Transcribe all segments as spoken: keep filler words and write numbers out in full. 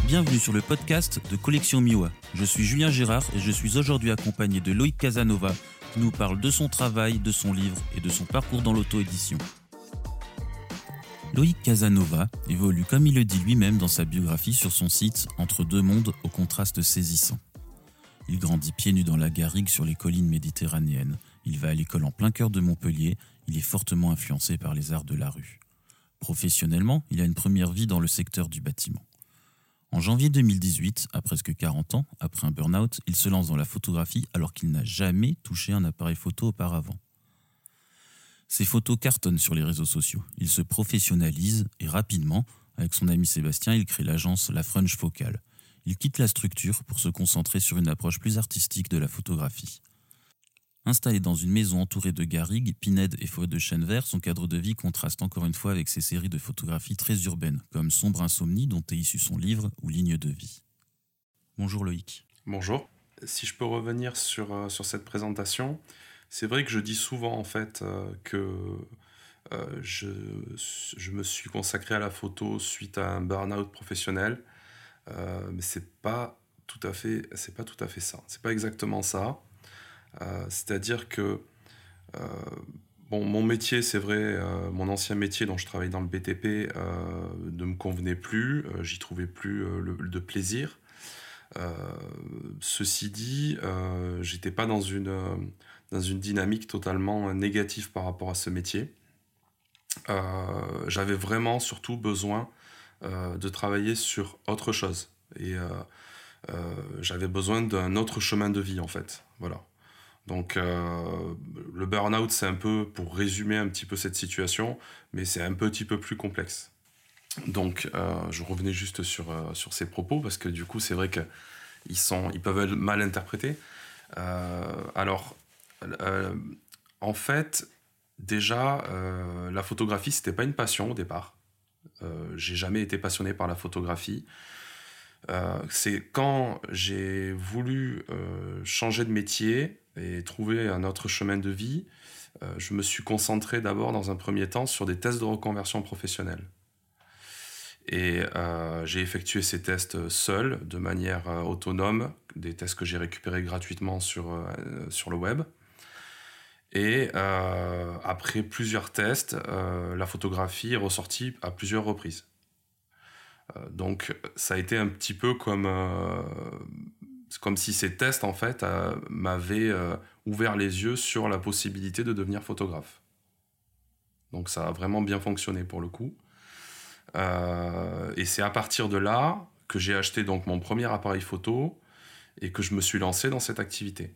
Bienvenue sur le podcast de Collection Miwa. Je suis Julien Gérard et je suis aujourd'hui accompagné de Loïc Casanova qui nous parle de son travail, de son livre et de son parcours dans l'auto-édition. Loïc Casanova évolue comme il le dit lui-même dans sa biographie sur son site Entre deux mondes au contraste saisissant. Il grandit pieds nus dans la garrigue sur les collines méditerranéennes. Il va à l'école en plein cœur de Montpellier. Il est fortement influencé par les arts de la rue. Professionnellement, il a une première vie dans le secteur du bâtiment. En janvier deux mille dix-huit, à presque quarante ans, après un burn-out, il se lance dans la photographie alors qu'il n'a jamais touché un appareil photo auparavant. Ses photos cartonnent sur les réseaux sociaux. Il se professionnalise et rapidement, avec son ami Sébastien, il crée l'agence La Frunge Focale. Il quitte la structure pour se concentrer sur une approche plus artistique de la photographie. Installé dans une maison entourée de garrigues, pinèdes et forêts de chênes verts, son cadre de vie contraste encore une fois avec ses séries de photographies très urbaines, comme Sombre Insomnie, dont est issu son livre, ou Ligne de vie. Bonjour Loïc. Bonjour. Si je peux revenir sur, euh, sur cette présentation, c'est vrai que je dis souvent en fait euh, que euh, je, je me suis consacré à la photo suite à un burn-out professionnel, euh, mais c'est pas tout à fait, c'est pas tout à fait ça. C'est pas exactement ça. Euh, c'est-à-dire que euh, bon, mon métier, c'est vrai, euh, mon ancien métier dont je travaillais dans le B T P euh, ne me convenait plus, euh, j'y trouvais plus euh, le, de plaisir. Euh, ceci dit, euh, j'étais pas dans une, euh, dans une dynamique totalement négative par rapport à ce métier. Euh, j'avais vraiment surtout besoin euh, de travailler sur autre chose. Et euh, euh, j'avais besoin d'un autre chemin de vie, en fait. Voilà. Donc euh, le burn-out, c'est un peu, pour résumer un petit peu cette situation, mais c'est un petit peu plus complexe. Donc euh, je revenais juste sur, euh, sur ces propos, parce que du coup, c'est vrai qu'ils sont, ils peuvent être mal interprétés. Euh, alors, euh, en fait, déjà, euh, la photographie, c'était pas une passion au départ. Euh, j'ai jamais été passionné par la photographie. Euh, c'est quand j'ai voulu euh, changer de métier et trouver un autre chemin de vie, euh, je me suis concentré d'abord dans un premier temps sur des tests de reconversion professionnelle. Et euh, j'ai effectué ces tests seul, de manière euh, autonome, des tests que j'ai récupérés gratuitement sur, euh, sur le web. Et euh, après plusieurs tests, euh, la photographie est ressortie à plusieurs reprises. Euh, donc ça a été un petit peu comme... Euh, C'est comme si ces tests, en fait, euh, m'avaient euh, ouvert les yeux sur la possibilité de devenir photographe. Donc ça a vraiment bien fonctionné pour le coup. Euh, et c'est à partir de là que j'ai acheté donc mon premier appareil photo et que je me suis lancé dans cette activité.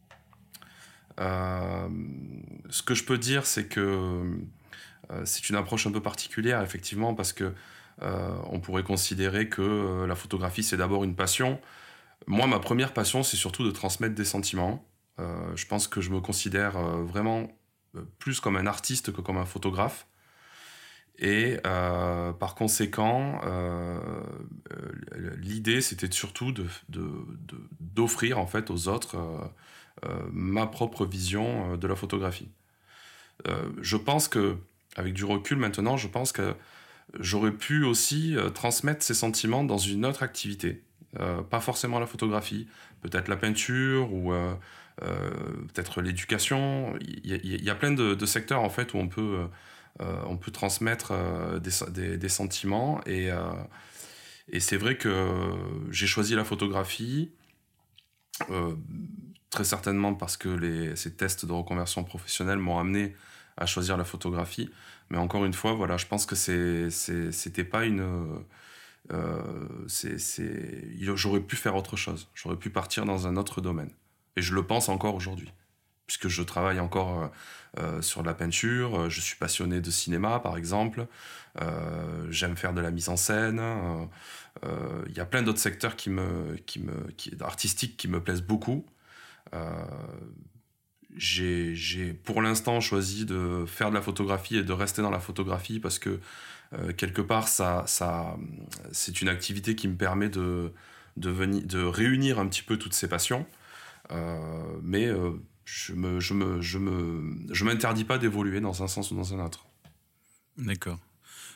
Euh, ce que je peux dire, c'est que euh, c'est une approche un peu particulière, effectivement, parce que euh, on pourrait considérer que euh, la photographie, c'est d'abord une passion. Moi, ma première passion, c'est surtout de transmettre des sentiments. Euh, je pense que je me considère euh, vraiment euh, plus comme un artiste que comme un photographe. Et euh, par conséquent, euh, euh, l'idée, c'était surtout de, de, de, d'offrir en fait aux autres euh, euh, ma propre vision euh, de la photographie. Euh, je pense que, avec du recul maintenant, je pense que j'aurais pu aussi euh, transmettre ces sentiments dans une autre activité. Euh, pas forcément la photographie, peut-être la peinture ou euh, euh, peut-être l'éducation. Il y, il y a plein de, de secteurs en fait où on peut, euh, on peut transmettre euh, des, des, des sentiments et, euh, et c'est vrai que j'ai choisi la photographie euh, très certainement parce que les, ces tests de reconversion professionnelle m'ont amené à choisir la photographie. Mais encore une fois, voilà, je pense que c'est, c'est, c'était pas une... Euh, c'est, c'est... J'aurais pu faire autre chose. J'aurais pu partir dans un autre domaine. Et je le pense encore aujourd'hui. Puisque je travaille encore euh, sur la peinture. Je suis passionné de cinéma, par exemple. Euh, j'aime faire de la mise en scène. Euh, euh, y a plein d'autres secteurs qui me, qui me, qui, artistiques qui me plaisent beaucoup. Euh, j'ai, j'ai pour l'instant choisi de faire de la photographie et de rester dans la photographie parce que Euh, quelque part, ça, ça, c'est une activité qui me permet de, de, venir, de réunir un petit peu toutes ces passions. Euh, mais euh, je ne me, je me, je me, je m'interdis pas d'évoluer dans un sens ou dans un autre. D'accord.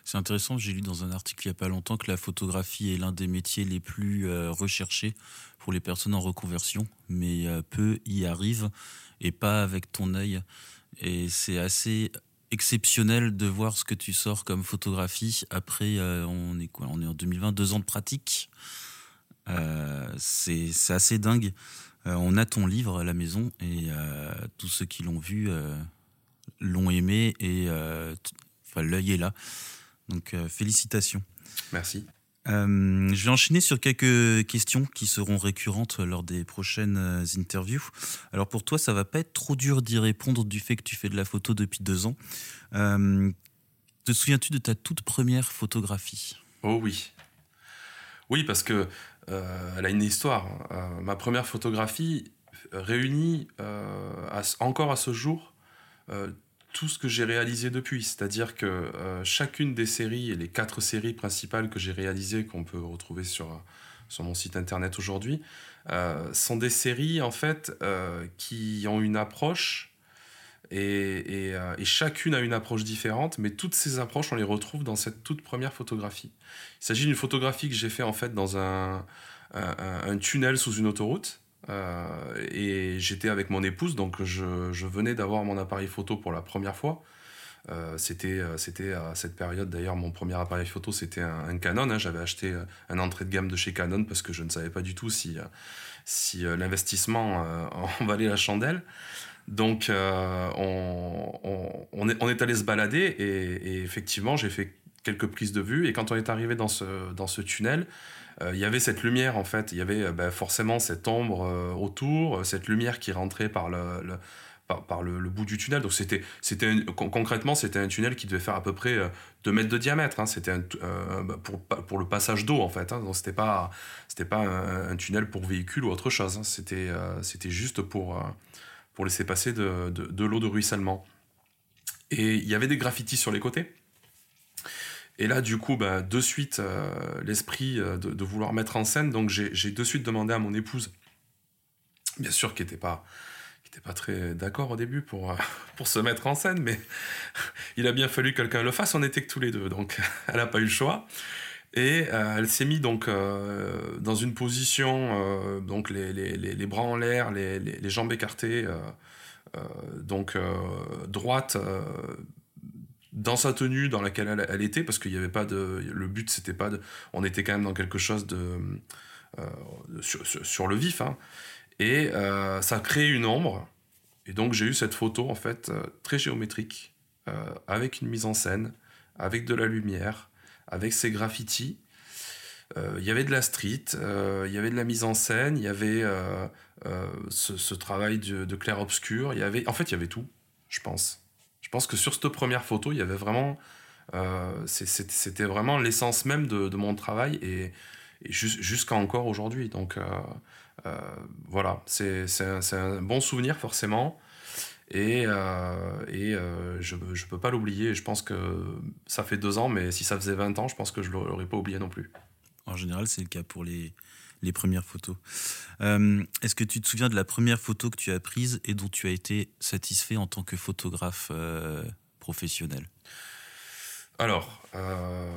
C'est intéressant, j'ai lu dans un article il n'y a pas longtemps que la photographie est l'un des métiers les plus euh, recherchés pour les personnes en reconversion, mais euh, peu y arrivent et pas avec ton œil. Et c'est assez exceptionnel de voir ce que tu sors comme photographie après, euh, on est quoi, on est en deux mille vingt, deux ans de pratique. Euh, c'est, c'est assez dingue. Euh, on a ton livre à la maison et euh, tous ceux qui l'ont vu euh, l'ont aimé et euh, t- enfin, l'œil est là. Donc euh, félicitations. Merci. Euh, je vais enchaîner sur quelques questions qui seront récurrentes lors des prochaines euh, interviews. Alors pour toi, ça va pas être trop dur d'y répondre du fait que tu fais de la photo depuis deux ans. Euh, te souviens-tu de ta toute première photographie ? Oh oui. Oui, parce que euh, elle a une histoire. Euh, ma première photographie réunit euh, à, encore à ce jour euh, tout ce que j'ai réalisé depuis. C'est-à-dire que euh, chacune des séries, et les quatre séries principales que j'ai réalisées, qu'on peut retrouver sur, sur mon site internet aujourd'hui, euh, sont des séries en fait euh, qui ont une approche et, et, euh, et chacune a une approche différente, mais toutes ces approches, on les retrouve dans cette toute première photographie. Il s'agit d'une photographie que j'ai fait en fait dans un, un, un tunnel sous une autoroute. Euh, et j'étais avec mon épouse, donc je, je venais d'avoir mon appareil photo pour la première fois. Euh, c'était, c'était à cette période, d'ailleurs, mon premier appareil photo, c'était un, un Canon. Hein. J'avais acheté un entrée de gamme de chez Canon parce que je ne savais pas du tout si, si euh, l'investissement euh, en valait la chandelle. Donc, euh, on, on, on, est, on est allé se balader et, et effectivement, j'ai fait quelques prises de vue. Et quand on est arrivé dans ce, dans ce tunnel, il euh, y avait cette lumière, en fait. Il y avait euh, ben, forcément cette ombre euh, autour, cette lumière qui rentrait par le, le, par, par le, le bout du tunnel. Donc, c'était, c'était un, concrètement, c'était un tunnel qui devait faire à peu près euh, deux mètres de diamètre. Hein. C'était un, euh, pour, pour le passage d'eau, en fait. Hein. Donc, c'était pas, c'était pas un, un tunnel pour véhicule ou autre chose. Hein. C'était, euh, c'était juste pour... Euh, pour laisser passer de, de, de l'eau de ruissellement. Et il y avait des graffitis sur les côtés. Et là, du coup, bah, de suite, euh, l'esprit de, de vouloir mettre en scène, donc j'ai, j'ai de suite demandé à mon épouse, bien sûr qui n'était pas, qui était pas très d'accord au début pour, pour se mettre en scène, mais il a bien fallu que quelqu'un le fasse, on était que tous les deux, donc elle n'a pas eu le choix. Et euh, elle s'est mise donc euh, dans une position, euh, donc les, les, les, les bras en l'air, les, les, les jambes écartées, euh, euh, donc euh, droite, euh, dans sa tenue dans laquelle elle, elle était, parce qu'il y avait pas de, le but c'était pas de, on était quand même dans quelque chose de euh, sur, sur, sur le vif, hein, et euh, ça crée une ombre. Et donc j'ai eu cette photo en fait euh, très géométrique, euh, avec une mise en scène, avec de la lumière, avec ces graffitis. Il euh, y avait de la street, il euh, y avait de la mise en scène, il y avait euh, euh, ce, ce travail de, de clair-obscur. Y avait, en fait, il y avait tout, je pense. Je pense que sur cette première photo, il y avait vraiment... Euh, c'est, c'est, c'était vraiment l'essence même de, de mon travail et, et jus, jusqu'à encore aujourd'hui. Donc euh, euh, voilà, c'est, c'est, un, c'est un bon souvenir forcément. Et, euh, et euh, je ne peux pas l'oublier. Je pense que ça fait deux ans, mais si ça faisait vingt ans, je pense que je ne l'aurais pas oublié non plus. En général, c'est le cas pour les, les premières photos. Euh, est-ce que tu te souviens de la première photo que tu as prise et dont tu as été satisfait en tant que photographe euh, professionnel ? Alors, euh,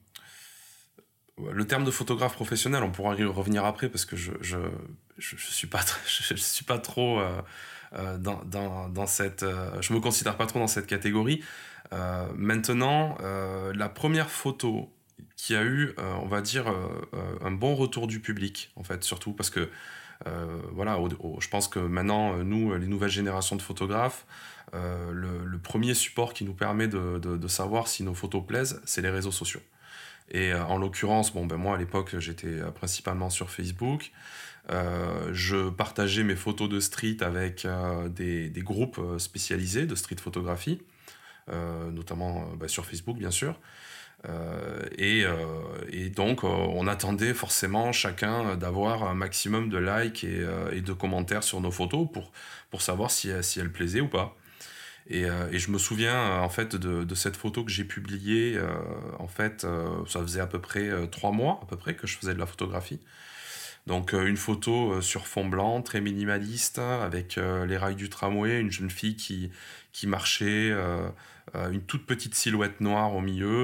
le terme de photographe professionnel, on pourra y revenir après parce que je ne je, je, je suis, je suis pas trop... Euh, Euh, dans, dans, dans cette, euh, je me considère pas trop dans cette catégorie. Euh, maintenant, euh, la première photo qui a eu, euh, on va dire, euh, un bon retour du public, en fait, surtout parce que, euh, voilà, au, au, je pense que maintenant, nous, les nouvelles générations de photographes, euh, le, le premier support qui nous permet de, de, de savoir si nos photos plaisent, c'est les réseaux sociaux. Et euh, en l'occurrence, bon, ben moi à l'époque, j'étais principalement sur Facebook. Euh, je partageais mes photos de street avec euh, des, des groupes spécialisés de street photographie, euh, notamment euh, bah, sur Facebook bien sûr. Euh, et, euh, et donc euh, on attendait forcément chacun d'avoir un maximum de likes et, euh, et de commentaires sur nos photos pour, pour savoir si, si elles plaisaient ou pas. Et, euh, et je me souviens euh, en fait de, de cette photo que j'ai publiée. Euh, en fait, euh, ça faisait à peu près euh, trois mois à peu près que je faisais de la photographie. Donc euh, une photo euh, sur fond blanc, très minimaliste, avec euh, les rails du tramway, une jeune fille qui, qui marchait, euh, euh, une toute petite silhouette noire au milieu,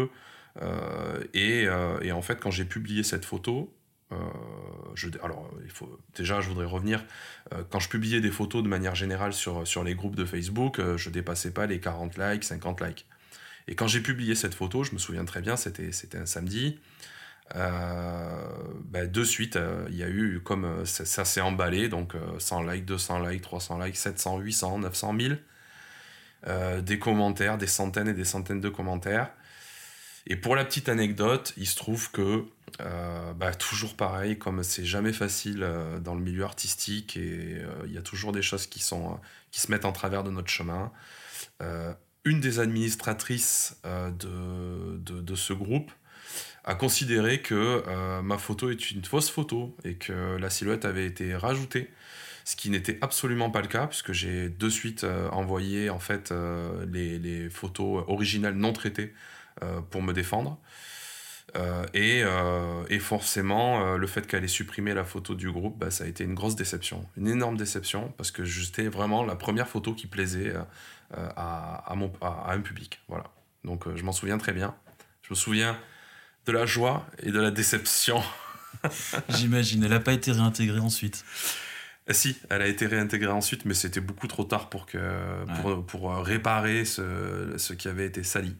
Euh, et, euh, et en fait, quand j'ai publié cette photo, euh, je, alors il faut, déjà je voudrais revenir, euh, quand je publiais des photos de manière générale sur, sur les groupes de Facebook, euh, je dépassais pas les quarante likes, cinquante likes. Et quand j'ai publié cette photo, je me souviens très bien, c'était, c'était un samedi, euh, ben de suite, euh, il y a eu, comme euh, ça, ça s'est emballé, donc euh, cent likes, deux cents likes, trois cents likes, sept cents, huit cents, neuf cent mille, euh, des commentaires, des centaines et des centaines de commentaires. Et pour la petite anecdote, il se trouve que, euh, bah, toujours pareil, comme c'est jamais facile euh, dans le milieu artistique et euh, il y a toujours des choses qui, sont, euh, qui se mettent en travers de notre chemin, euh, une des administratrices euh, de, de, de ce groupe a considéré que euh, ma photo est une fausse photo et que la silhouette avait été rajoutée, ce qui n'était absolument pas le cas, puisque j'ai de suite euh, envoyé en fait, euh, les, les photos originales non traitées euh, pour me défendre. Euh, et, euh, et forcément, euh, le fait qu'elle ait supprimé la photo du groupe, bah, ça a été une grosse déception, une énorme déception, parce que c'était vraiment la première photo qui plaisait euh, à, à, mon, à, à un public. Voilà. Donc euh, je m'en souviens très bien. Je me souviens de la joie et de la déception. J'imagine, elle n'a pas été réintégrée ensuite. Si, elle a été réintégrée ensuite, mais c'était beaucoup trop tard pour, que, pour, ouais. pour réparer ce, ce qui avait été sali.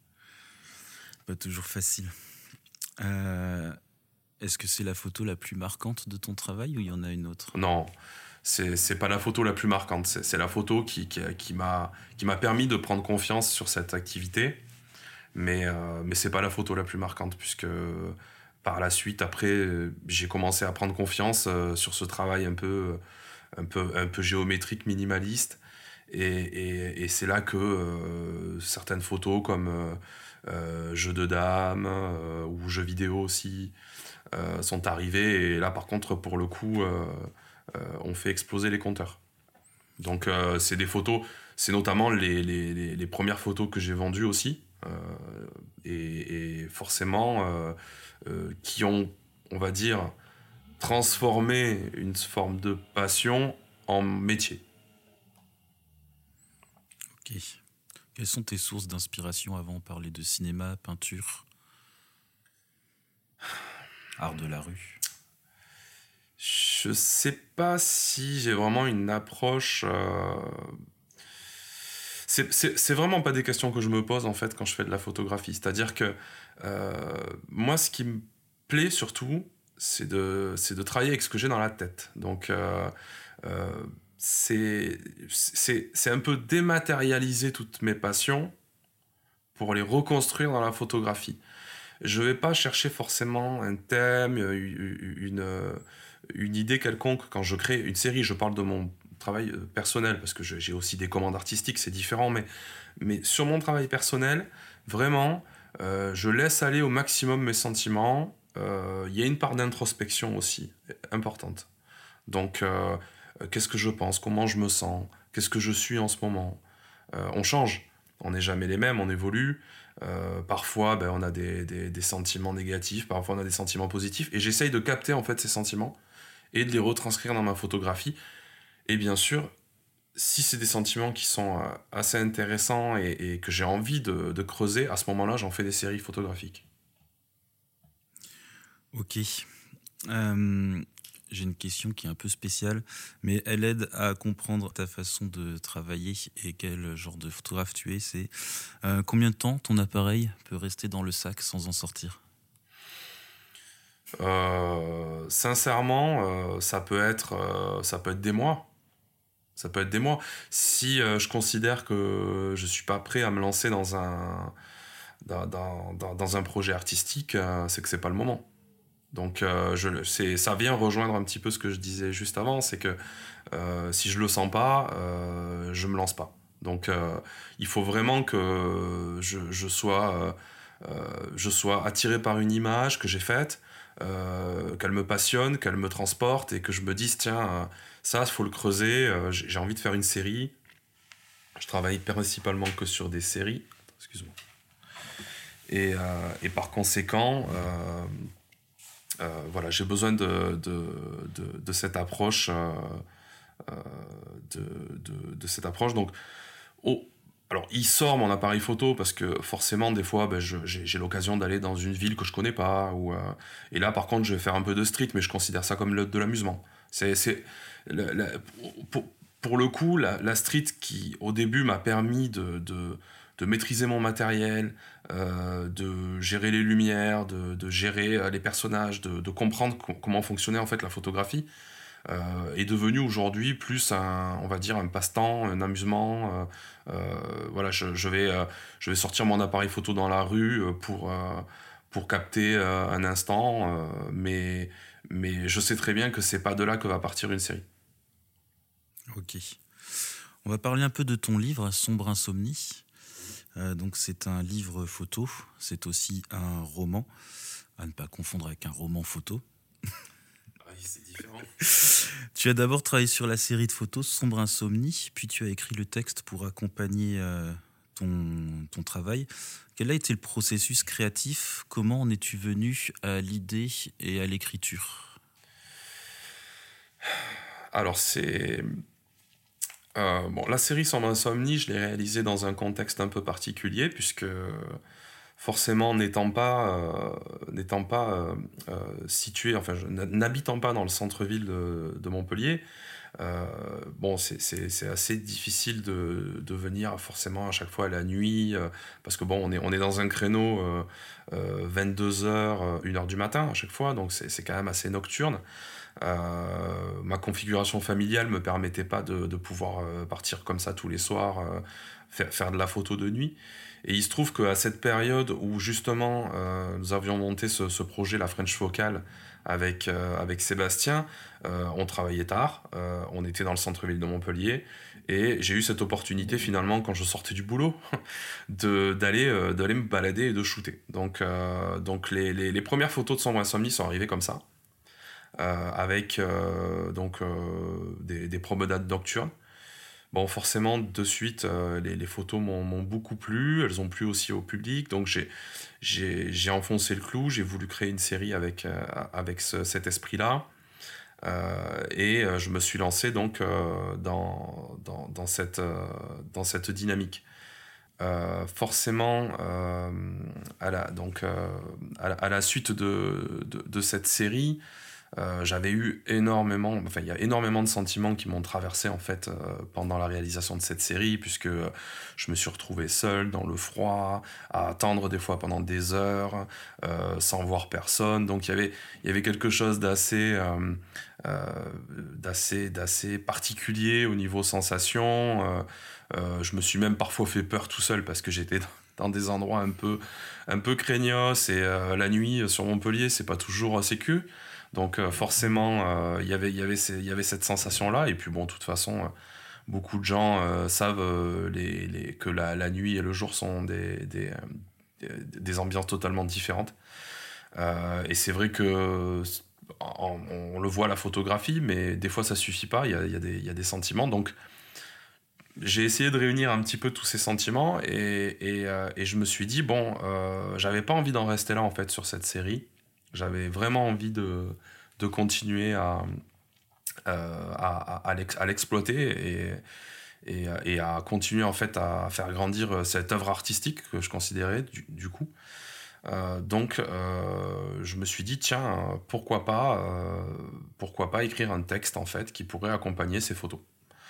Pas toujours facile. Euh, est-ce que c'est la photo la plus marquante de ton travail ou il y en a une autre ? Non, c'est, c'est pas la photo la plus marquante. C'est, c'est la photo qui, qui, qui, m'a, qui m'a permis de prendre confiance sur cette activité. Mais, euh, mais c'est pas la photo la plus marquante, puisque par la suite, après, j'ai commencé à prendre confiance euh, sur ce travail un peu, un peu, un peu géométrique, minimaliste. Et, et, et c'est là que euh, certaines photos comme euh, euh, jeux de dames euh, ou jeux vidéo aussi euh, sont arrivées. Et là, par contre, pour le coup, euh, euh, on fait exploser les compteurs. Donc, euh, c'est des photos, c'est notamment les, les, les, les premières photos que j'ai vendues aussi. Euh, et, et forcément, euh, euh, qui ont, on va dire, transformé une forme de passion en métier. Ok. Quelles sont tes sources d'inspiration avant de parler de cinéma, peinture, art de la rue ? Je sais pas si j'ai vraiment une approche... Euh... C'est, c'est, c'est vraiment pas des questions que je me pose en fait quand je fais de la photographie. C'est-à-dire que euh, moi, ce qui me plaît surtout, c'est de, c'est de travailler avec ce que j'ai dans la tête. Donc, euh, euh, c'est, c'est, c'est un peu dématérialiser toutes mes passions pour les reconstruire dans la photographie. Je vais pas chercher forcément un thème, une, une idée quelconque quand je crée une série. Je parle de mon travail personnel, parce que j'ai aussi des commandes artistiques, c'est différent, mais, mais sur mon travail personnel, vraiment, euh, je laisse aller au maximum mes sentiments. Euh, il y a une part d'introspection aussi, importante. Donc, euh, qu'est-ce que je pense ? Comment je me sens ? Qu'est-ce que je suis en ce moment ? euh, On change, on n'est jamais les mêmes, on évolue. Euh, parfois, ben, on a des, des, des sentiments négatifs, parfois on a des sentiments positifs, et j'essaye de capter en fait ces sentiments et de les retranscrire dans ma photographie. Et bien sûr, si c'est des sentiments qui sont euh, assez intéressants et, et que j'ai envie de, de creuser, à ce moment-là, j'en fais des séries photographiques. Ok. Euh, j'ai une question qui est un peu spéciale, mais elle aide à comprendre ta façon de travailler et quel genre de photographe tu es. C'est euh, combien de temps ton appareil peut rester dans le sac sans en sortir ? euh, Sincèrement, euh, ça peut être, euh, ça peut être des mois. Ça peut être des mois. Si euh, je considère que je suis pas prêt à me lancer dans un, dans, dans, dans un projet artistique, euh, c'est que c'est pas le moment. Donc euh, je, c'est, ça vient rejoindre un petit peu ce que je disais juste avant, c'est que euh, si je le sens pas, euh, je me lance pas. Donc euh, il faut vraiment que je, je, sois, euh, je sois attiré par une image que j'ai faite, euh, qu'elle me passionne, qu'elle me transporte et que je me dise tiens, euh, ça, il faut le creuser, euh, j'ai, j'ai envie de faire une série. Je travaille principalement que sur des séries. Excuse-moi. Et, euh, et par conséquent... Euh, Euh, voilà, j'ai besoin de, de, de, de cette approche, euh, de, de, de cette approche. Donc, oh, Alors, il sort mon appareil photo parce que forcément, des fois, ben, je- j'ai j'ai l'occasion d'aller dans une ville que je connais pas. Ou, euh, et là, par contre, je vais faire un peu de street, mais je considère ça comme le- de l'amusement. C'est, c'est, la- la- pour, pour le coup, la, la street qui, au début, m'a permis de, de, de maîtriser mon matériel, euh, de gérer les lumières, de, de gérer euh, les personnages, de, de comprendre co- comment fonctionnait en fait la photographie, euh, est devenu aujourd'hui plus un, on va dire, un passe-temps, un amusement. Euh, euh, voilà, je, je vais, euh, je vais sortir mon appareil photo dans la rue euh, pour, euh, pour capter euh, un instant, euh, mais, mais je sais très bien que c'est pas de là que va partir une série. Ok. On va parler un peu de ton livre, Sombre Insomnie. Euh, donc c'est un livre photo, c'est aussi un roman, à ne pas confondre avec un roman photo. Ah oui, c'est différent. Tu as d'abord travaillé sur la série de photos Sombre Insomnie, puis tu as écrit le texte pour accompagner euh, ton, ton travail. Quel a été le processus créatif? Comment en es-tu venu à l'idée et à l'écriture? Alors, c'est. Euh, bon, la série Sombre Insomnie, je l'ai réalisée dans un contexte un peu particulier, puisque forcément, n'étant pas, euh, n'étant pas euh, euh, situé, enfin, je- n'habitant pas dans le centre-ville de, de Montpellier, euh, bon, c'est c'est- c'est assez difficile de, de venir forcément à chaque fois à la nuit, euh, parce que bon, on est, on est dans un créneau euh, euh, vingt-deux heures, une heure du matin à chaque fois, donc c'est c'est quand même assez nocturne. Euh, ma configuration familiale me permettait pas de, de pouvoir euh, partir comme ça tous les soirs, euh, faire, faire de la photo de nuit. Et il se trouve qu'à cette période où justement euh, nous avions monté ce, ce projet, la French Focale, avec, euh, avec Sébastien, euh, on travaillait tard, euh, on était dans le centre-ville de Montpellier, et j'ai eu cette opportunité finalement quand je sortais du boulot de, d'aller, euh, d'aller me balader et de shooter. Donc, euh, donc les, les, les premières photos de Sombre Insomnie sont arrivées comme ça, euh, avec euh, donc, euh, des, des promenades nocturnes. Bon, forcément, de suite, euh, les, les photos m'ont m'ont beaucoup plu, elles ont plu aussi au public, donc j'ai j'ai j'ai enfoncé le clou, j'ai voulu créer une série avec, euh, avec ce- cet esprit-là, euh, et euh, je me suis lancé donc euh, dans, dans, dans cette, euh, dans cette dynamique. Euh, forcément, euh, à la, donc, euh, à la, à la suite de, de, de cette série, euh, j'avais eu énormément, enfin il y a énormément de sentiments qui m'ont traversé en fait euh, pendant la réalisation de cette série, puisque euh, je me suis retrouvé seul dans le froid, à attendre des fois pendant des heures, euh, sans voir personne. Donc il y avait, il y avait quelque chose d'assez, euh, euh, d'assez, d'assez particulier au niveau sensation. Euh, euh, je me suis même parfois fait peur tout seul parce que j'étais dans des endroits un peu, un peu craignos, et euh, la nuit sur Montpellier, c'est pas toujours sécu. Donc euh, forcément, euh, y avait- y avait ces- y avait cette sensation-là. Et puis bon, de toute façon, euh, beaucoup de gens euh, savent euh, les, les- que la, la nuit et le jour sont des, des, euh, des- des ambiances totalement différentes. Euh, et c'est vrai que on, on le voit à la photographie, mais des fois ça suffit pas. Il y a, il y a des, il y a des sentiments. Donc j'ai essayé de réunir un petit peu tous ces sentiments, et, et, euh, et je me suis dit, bon, euh, j'avais pas envie d'en rester là en fait sur cette série. J'avais vraiment envie de, de continuer à, euh, à, à, à l'ex- à l'exploiter, et, et, et à continuer en fait à faire grandir cette œuvre artistique que je considérais du, du coup. Euh, donc euh, je me suis dit, tiens, pourquoi pas, euh, pourquoi pas écrire un texte en fait qui pourrait accompagner ces photos.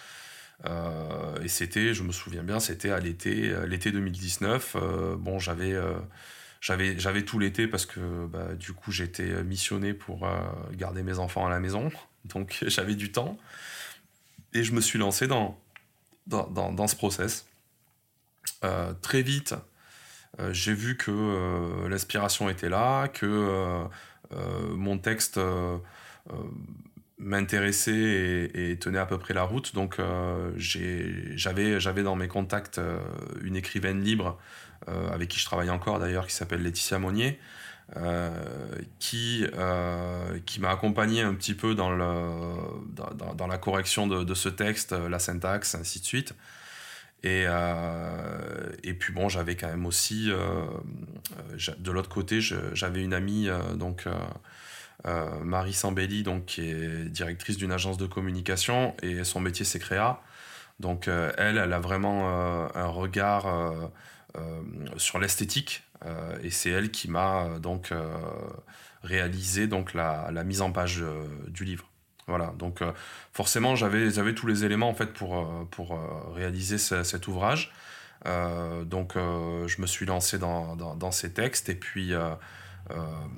Euh, et c'était, je me souviens bien, c'était à l'été, euh, l'été deux mille dix-neuf. Euh, bon, j'avais, euh, j'avais, j'avais tout l'été parce que bah, du coup j'étais missionné pour euh, garder mes enfants à la maison, donc j'avais du temps. Et je me suis lancé dans, dans, dans, dans ce process. Euh, très vite, euh, j'ai vu que euh, l'inspiration était là, que euh, euh, mon texte euh, euh, m'intéressait et, et tenait à peu près la route. Donc euh, j'ai, j'avais, j'avais dans mes contacts euh, une écrivaine libre euh, avec qui je travaille encore d'ailleurs, qui s'appelle Laetitia Monnier, euh, qui, euh, qui m'a accompagné un petit peu dans, le, dans, dans- dans la correction de, de ce texte, la syntaxe, ainsi de suite. Et, euh, et puis bon, j'avais quand même aussi, euh, euh, de l'autre côté, je- j'avais une amie, euh, donc euh, euh, Marie Sambelli, donc, qui est directrice d'une agence de communication, et son métier c'est créa. Donc euh, elle, elle a vraiment euh, un regard euh, euh, sur l'esthétique euh, et c'est elle qui m'a euh, donc euh, réalisé donc la, la mise en page euh, du livre. Voilà, donc euh, forcément j'avais, j'avais tous les éléments en fait pour, euh, pour euh, réaliser ce- cet ouvrage. Euh, donc euh, je me suis lancé dans, dans, dans ces textes et puis euh, euh,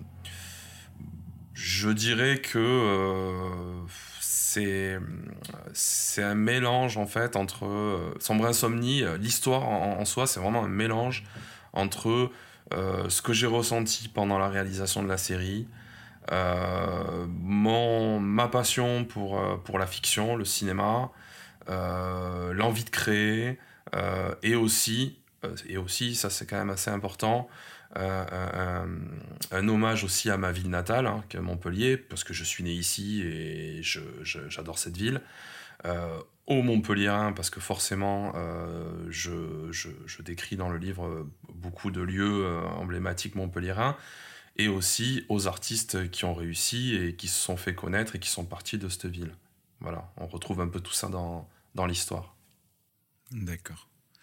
je dirais que euh, c'est, c'est un mélange en fait entre euh, Sombre Insomnie, euh, l'histoire en, en soi c'est vraiment un mélange entre euh, ce que j'ai ressenti pendant la réalisation de la série, euh, mon, ma passion pour, euh, pour la fiction, le cinéma, euh, l'envie de créer, euh, et aussi, euh, et aussi, ça c'est quand même assez important, euh, un, un, hommage aussi à ma ville natale, hein, qui est Montpellier, parce que je suis né ici et je, je, j'adore cette ville. Euh, aux Montpelliérains, parce que forcément, euh, je, je, je décris dans le livre beaucoup de lieux euh, emblématiques montpelliérains, et aussi aux artistes qui ont réussi et qui se sont fait connaître et qui sont partis de cette ville. Voilà, on retrouve un peu tout ça dans, dans l'histoire. D'accord.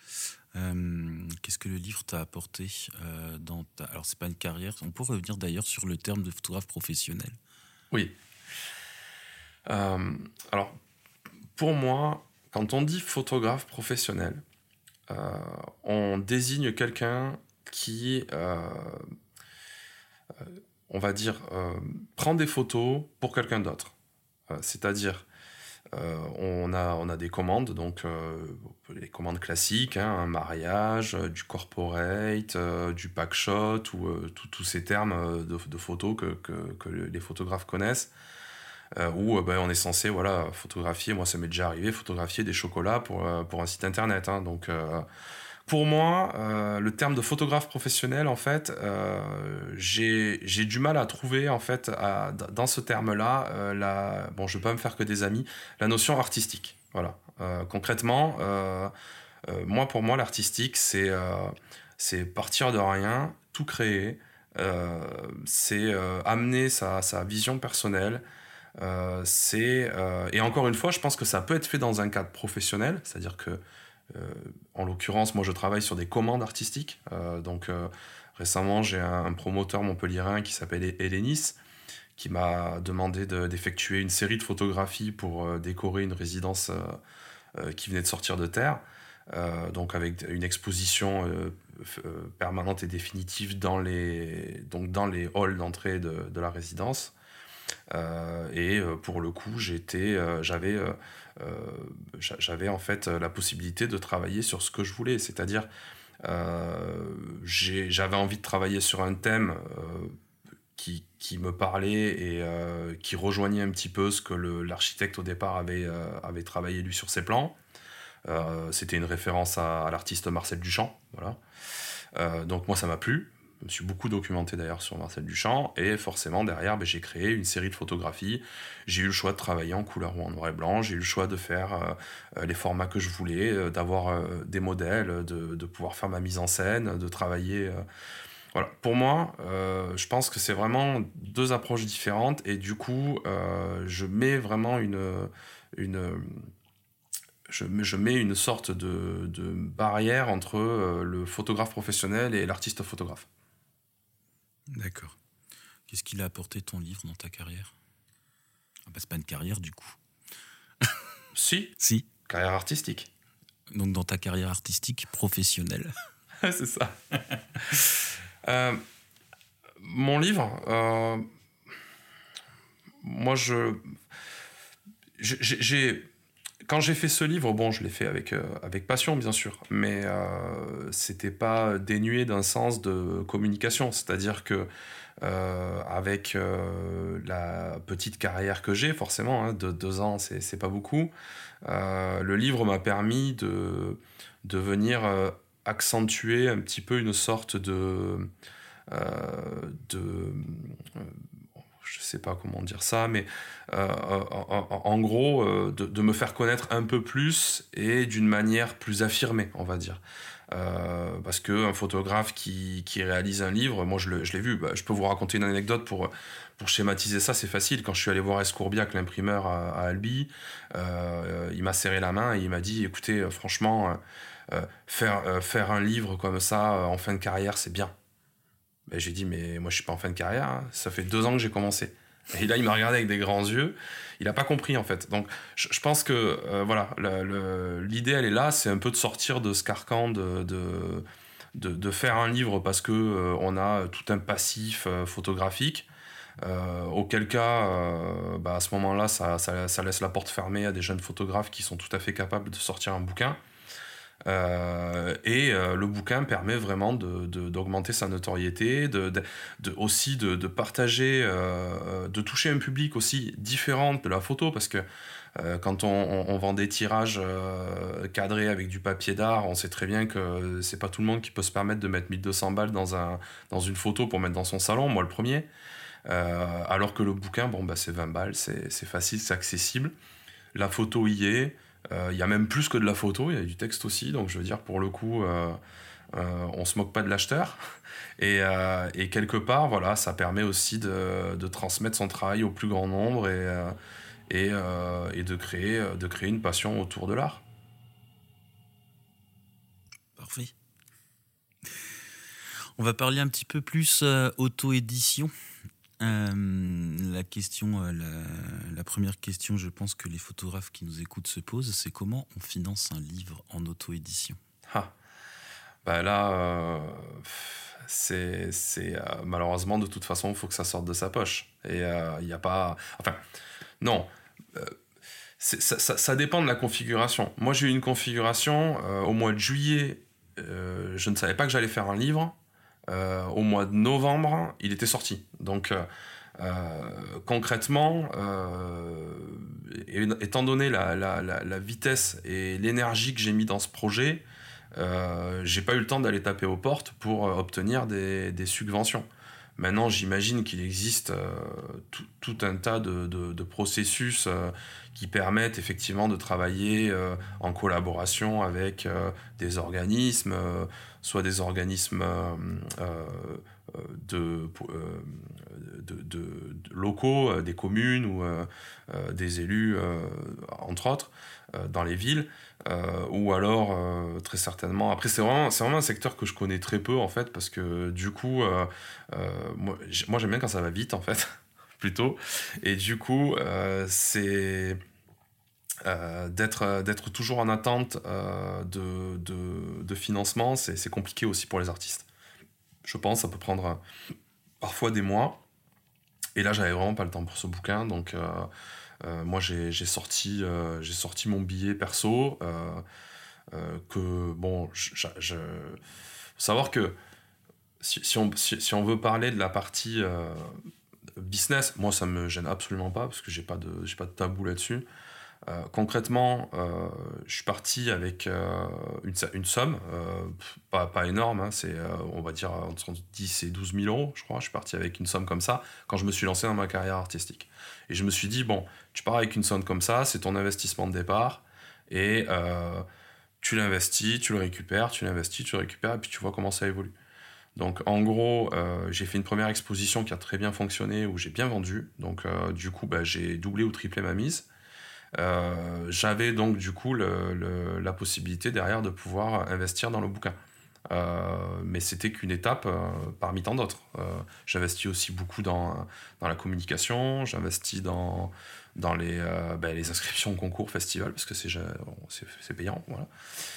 Euh, qu'est-ce que le livre t'a apporté euh, dans ta... Alors, c'est pas une carrière. On peut revenir d'ailleurs sur le terme de photographe professionnel. Oui. Euh, alors, pour moi, quand on dit photographe professionnel, euh, on désigne quelqu'un qui, euh, euh, on va dire, euh, prend des photos pour quelqu'un d'autre. Euh, c'est-à-dire, Euh, on, a, on a des commandes, donc euh, les commandes classiques, hein, un mariage, euh, du corporate, euh, du packshot, ou euh, tous ces termes euh, de, de photos que, que, que les photographes connaissent, euh, où euh, ben, on est censé voilà, photographier, moi ça m'est déjà arrivé, photographier des chocolats pour, euh, pour un site internet. Hein, donc euh, pour moi, euh, le terme de photographe professionnel, en fait, euh, j'ai, j'ai du mal à trouver, en fait, à, dans ce terme-là, euh, la, bon, je ne vais pas me faire que des amis, la notion artistique. Voilà. Euh, concrètement, euh, euh, moi, pour moi, l'artistique, c'est, euh, c'est partir de rien, tout créer, euh, c'est euh, amener sa, sa vision personnelle. Euh, c'est, euh, et encore une fois, je pense que ça peut être fait dans un cadre professionnel, c'est-à-dire que euh, en l'occurrence, moi je travaille sur des commandes artistiques. Euh, donc euh, récemment, j'ai un, un promoteur montpelliérain qui s'appelle Hélénis qui m'a demandé de, d'effectuer une série de photographies pour euh, décorer une résidence euh, euh, qui venait de sortir de terre. Euh, donc avec une exposition euh, euh, permanente et définitive dans les, donc dans les halls d'entrée de, de la résidence. Euh, et euh, pour le coup, j'étais, euh, j'avais, euh, euh, j'avais en fait la possibilité de travailler sur ce que je voulais, c'est-à-dire euh, j'ai, j'avais envie de travailler sur un thème euh, qui, qui me parlait et euh, qui rejoignait un petit peu ce que le, l'architecte au départ avait, euh, avait travaillé lui sur ses plans. Euh, c'était une référence à, à l'artiste Marcel Duchamp, voilà. Euh, donc moi ça m'a plu. Je me suis beaucoup documenté d'ailleurs sur Marcel Duchamp et forcément derrière ben, j'ai créé une série de photographies. J'ai eu le choix de travailler en couleur ou en noir et blanc, j'ai eu le choix de faire euh, les formats que je voulais, euh, d'avoir euh, des modèles, de, de pouvoir faire ma mise en scène, de travailler. Euh, voilà. Pour moi, euh, je pense que c'est vraiment deux approches différentes et du coup euh, je mets vraiment une... une je, je mets une sorte de, de barrière entre euh, le photographe professionnel et l'artiste photographe. D'accord. Qu'est-ce qu'il a apporté ton livre dans ta carrière? Ah bah, c'est pas une carrière du coup. Si. Si. Carrière artistique. Donc dans ta carrière artistique professionnelle. C'est ça. euh, mon livre, euh, moi je, j'ai, j'ai, quand j'ai fait ce livre, bon, je l'ai fait avec euh, avec passion bien sûr, mais euh, c'était pas dénué d'un sens de communication, c'est-à-dire que Euh, avec euh, la petite carrière que j'ai, forcément, hein, de deux ans, c'est, c'est pas beaucoup. Euh, le livre m'a permis de, de venir euh, accentuer un petit peu une sorte de... Euh, de euh, je sais pas comment dire ça, mais euh, en, en, en gros, euh, de, de me faire connaître un peu plus et d'une manière plus affirmée, on va dire. Euh, parce qu'un photographe qui, qui réalise un livre, moi je, le, je l'ai vu, bah, je peux vous raconter une anecdote pour, pour schématiser ça, c'est facile. Quand je suis allé voir Escourbiac, l'imprimeur à, à Albi, euh, il m'a serré la main et il m'a dit, écoutez, euh, franchement, euh, faire, euh, faire un livre comme ça euh, en fin de carrière, c'est bien. Ben, j'ai dit, mais moi je suis pas en fin de carrière, hein. Ça fait deux ans que j'ai commencé. Et là, il m'a regardé avec des grands yeux. Il n'a pas compris, en fait. Donc, je, je pense que, euh, voilà, le, le, l'idée, elle est là. C'est un peu de sortir de ce carcan, de, de, de, de faire un livre parce qu'on euh, a tout un passif euh, photographique. Euh, auquel cas, euh, bah, à ce moment-là, ça, ça, ça laisse la porte fermée à des jeunes photographes qui sont tout à fait capables de sortir un bouquin. Euh, et euh, le bouquin permet vraiment de, de, d'augmenter sa notoriété, de, de, de, aussi de, de partager, euh, de toucher un public aussi différent de la photo, parce que euh, quand on, on, on vend des tirages euh, cadrés avec du papier d'art, on sait très bien que c'est pas tout le monde qui peut se permettre de mettre mille deux cents balles dans, un, dans une photo pour mettre dans son salon, moi le premier. Euh, alors que le bouquin, bon, bah, c'est vingt balles, c'est, c'est facile, c'est accessible. La photo y est. Il euh, y a même plus que de la photo, il y a du texte aussi, donc je veux dire, pour le coup, euh, euh, on se moque pas de l'acheteur. Et, euh, et quelque part, voilà, ça permet aussi de, de transmettre son travail au plus grand nombre et, euh, et, euh, et de, créer, de créer une passion autour de l'art. Parfait. On va parler un petit peu plus euh, auto-édition. Euh, la question, euh, la, la première question, je pense que les photographes qui nous écoutent se posent, c'est comment on finance un livre en auto-édition. Ah. Bah là, euh, c'est, c'est euh, malheureusement de toute façon, il faut que ça sorte de sa poche. Et il euh, n'y a pas, enfin, non. Euh, c'est, ça, ça, ça dépend de la configuration. Moi, j'ai eu une configuration euh, au mois de juillet. Euh, je ne savais pas que j'allais faire un livre. Euh, au mois de novembre, il était sorti. Donc, euh, euh, concrètement, euh, étant donné la, la, la, la vitesse et l'énergie que j'ai mis dans ce projet, euh, j'ai pas eu le temps d'aller taper aux portes pour euh, obtenir des, des subventions. Maintenant, j'imagine qu'il existe euh, tout, tout un tas de, de, de processus euh, qui permettent effectivement de travailler euh, en collaboration avec euh, des organismes, euh, soit des organismes euh, euh, de, euh, de, de, de locaux, euh, des communes ou euh, euh, des élus, euh, entre autres, euh, dans les villes. Euh, ou alors euh, très certainement après c'est vraiment, c'est vraiment un secteur que je connais très peu en fait parce que du coup euh, euh, moi, moi j'aime bien quand ça va vite en fait plutôt et du coup euh, c'est euh, d'être, d'être toujours en attente euh, de, de, de financement c'est, c'est compliqué aussi pour les artistes, je pense. Ça peut prendre parfois des mois et là j'avais vraiment pas le temps pour ce bouquin donc euh, Euh, moi, j'ai, j'ai, sorti, euh, j'ai sorti mon billet perso. Euh, euh, que, bon, je, je, faut savoir que si, si, on, si, si on veut parler de la partie euh, business, moi, ça me gêne absolument pas parce que j'ai pas de, j'ai pas de tabou là-dessus. Euh, concrètement, euh, je suis parti avec euh, une, une somme, euh, pas, pas énorme, hein, c'est, euh, on va dire, entre dix et douze mille euros, je crois. Je suis parti avec une somme comme ça quand je me suis lancé dans ma carrière artistique. Et je me suis dit, bon, tu pars avec une somme comme ça, c'est ton investissement de départ, et euh, tu l'investis, tu le récupères, tu l'investis, tu le récupères, et puis tu vois comment ça évolue. Donc en gros, euh, j'ai fait une première exposition qui a très bien fonctionné, où j'ai bien vendu. Donc euh, du coup, bah, j'ai doublé ou triplé ma mise. Euh, j'avais donc du coup le, le, la possibilité derrière de pouvoir investir dans le bouquin. Euh, mais c'était qu'une étape euh, parmi tant d'autres. Euh, j'investis aussi beaucoup dans, dans la communication, j'investis dans, dans les, euh, ben, les inscriptions au concours, festival, parce que c'est, c'est, c'est payant. Voilà.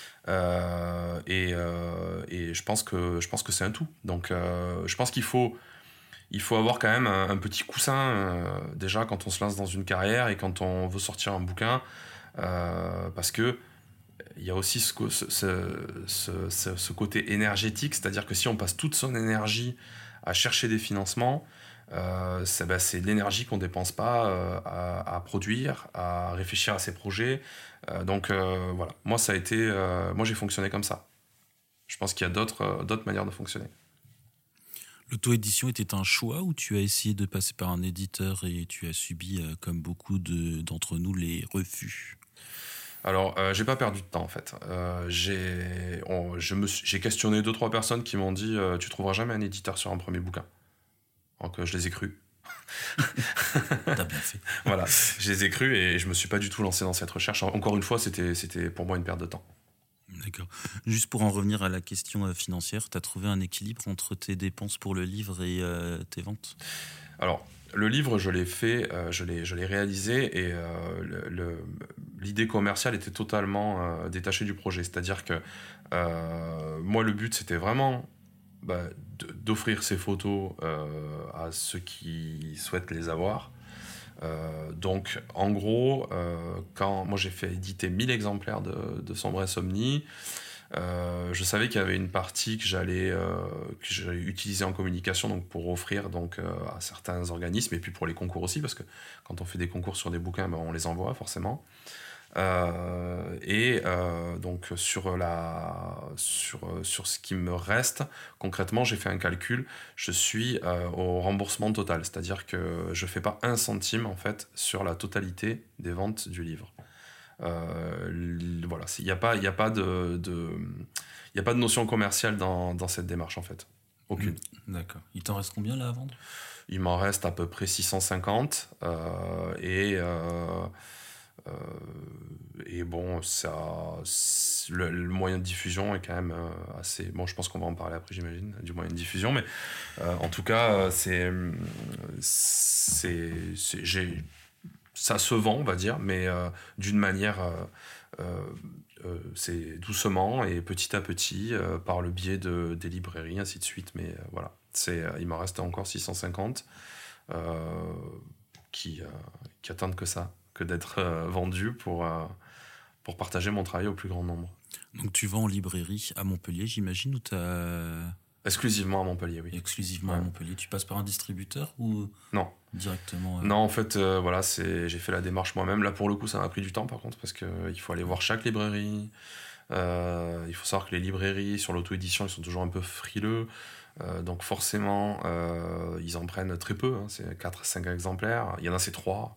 Euh, et, euh, et je pense que, je pense que c'est un tout. Donc euh, je pense qu'il faut, il faut avoir quand même un, un petit coussin, euh, déjà quand on se lance dans une carrière et quand on veut sortir un bouquin, euh, parce que il y a aussi ce, ce, ce, ce, ce côté énergétique, c'est-à-dire que si on passe toute son énergie à chercher des financements, euh, c'est, ben, c'est de l'énergie qu'on ne dépense pas euh, à, à produire, à réfléchir à ses projets. Euh, donc euh, voilà, moi, ça a été, euh, moi j'ai fonctionné comme ça. Je pense qu'il y a d'autres, euh, d'autres manières de fonctionner. L'auto-édition était un choix ou tu as essayé de passer par un éditeur et tu as subi, euh, comme beaucoup de, d'entre nous, les refus ? Alors, euh, j'ai pas perdu de temps en fait. Euh, j'ai, on- je me suis- j'ai questionné deux trois personnes qui m'ont dit euh, tu trouveras jamais un éditeur sur un premier bouquin. Donc, euh, je les ai crus. T'as bien fait. Voilà, je les ai crus et je me suis pas du tout lancé dans cette recherche. Encore une fois, c'était, c'était pour moi une perte de temps. D'accord. Juste pour en revenir à la question euh, financière, t'as trouvé un équilibre entre tes dépenses pour le livre et euh, tes ventes? Alors, le livre, je l'ai fait, euh, je l'ai, je l'ai réalisé et euh, le- le- l'idée commerciale était totalement euh, détachée du projet. C'est-à-dire que euh, moi, le but, c'était vraiment bah, de- d'offrir ces photos euh, à ceux qui souhaitent les avoir. Euh, donc, en gros, euh, quand moi j'ai fait éditer mille exemplaires de, de Sombre Insomnie, euh, je savais qu'il y avait une partie que j'allais euh, que j'allais utiliser en communication donc pour offrir donc euh, à certains organismes et puis pour les concours aussi parce que quand on fait des concours sur des bouquins ben, on les envoie forcément. Euh, et euh, donc sur la sur sur ce qui me reste concrètement j'ai fait un calcul, je suis euh, au remboursement total, c'est-à-dire que je fais pas un centime en fait sur la totalité des ventes du livre. Euh, voilà, il n'y a pas, il y a pas de, de, il y a pas de notion commerciale dans, dans cette démarche en fait. Aucune. Mmh, d'accord. Il t'en reste combien là à vendre? Il m'en reste à peu près six cent cinquante euh, et euh, euh, et bon, ça, le, le moyen de diffusion est quand même euh, assez. Bon, je pense qu'on va en parler après, j'imagine, du moyen de diffusion, mais euh, en tout cas, euh, c'est, c'est, c'est, j'ai, ça se vend, on va dire, mais euh, d'une manière, euh, euh, euh, c'est doucement et petit à petit, euh, par le biais de, des librairies, ainsi de suite. Mais euh, voilà, c'est, euh, il m'en reste encore six cent cinquante euh, qui, euh, qui attendent que ça, que d'être euh, vendus pour, euh, pour partager mon travail au plus grand nombre. Donc tu vends en librairie à Montpellier, j'imagine, ou t'as... Exclusivement à Montpellier, oui. Exclusivement Ouais. à Montpellier. Tu passes par un distributeur ou Non. directement euh... Non, en fait, euh, voilà, c'est, j'ai fait la démarche moi-même. Là, pour le coup, ça m'a pris du temps, par contre, parce qu'il euh, faut aller voir chaque librairie. Euh, il faut savoir que les librairies, sur l'auto-édition, ils sont toujours un peu frileux. Euh, donc forcément, euh, ils en prennent très peu. Hein, c'est quatre à cinq exemplaires. Il y en a, c'est trois.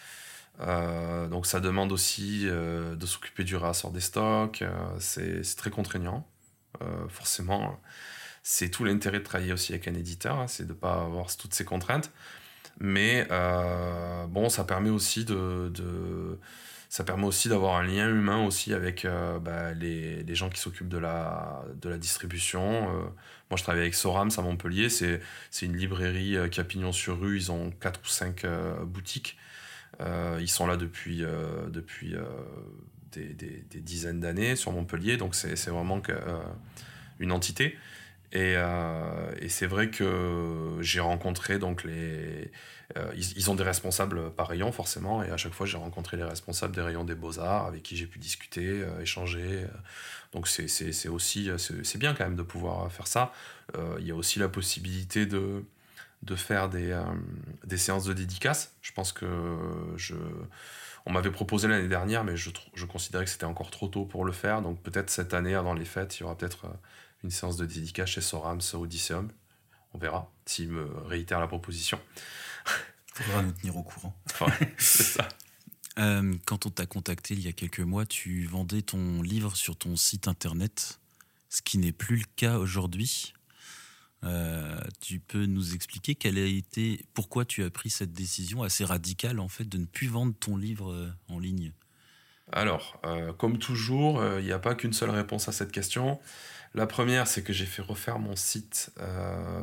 Euh, donc ça demande aussi euh, de s'occuper du réassort des stocks. Euh, c'est, c'est très contraignant. Euh, forcément, c'est tout l'intérêt de travailler aussi avec un éditeur, hein, c'est de ne pas avoir toutes ces contraintes. Mais euh, bon, ça permet aussi de, de ça permet aussi d'avoir un lien humain aussi avec euh, bah, les, les gens qui s'occupent de la, de la distribution. Euh, moi, je travaille avec Sorams à Montpellier. C'est, c'est une librairie euh, qui a pignon sur rue. Ils ont quatre ou cinq euh, boutiques. Euh, ils sont là depuis, euh, depuis euh, des, des, des dizaines d'années sur Montpellier. Donc, c'est, c'est vraiment que, euh, une entité. Et, euh, et c'est vrai que j'ai rencontré donc les. Euh, ils, ils ont des responsables par rayon, forcément, et à chaque fois j'ai rencontré les responsables des rayons des Beaux-Arts avec qui j'ai pu discuter, euh, échanger. Donc c'est, c'est, c'est aussi. C'est, c'est bien quand même de pouvoir faire ça. Euh, il y a aussi la possibilité de, de faire des, euh, des séances de dédicaces. Je pense que je. On m'avait proposé l'année dernière, mais je, je considérais que c'était encore trop tôt pour le faire. Donc peut-être cette année, avant les fêtes, il y aura peut-être une séance de dédicace chez Sorams Odysseum. On verra s'il me réitère la proposition. Il faudra nous tenir au courant. Ouais, c'est ça. Euh, quand on t'a contacté il y a quelques mois, tu vendais ton livre sur ton site internet, ce qui n'est plus le cas aujourd'hui. Euh, tu peux nous expliquer quelle a été, pourquoi tu as pris cette décision assez radicale en fait de ne plus vendre ton livre euh, en ligne? Alors, euh, comme toujours, il euh, n'y a pas qu'une seule réponse à cette question. La première, c'est que j'ai fait refaire mon site euh,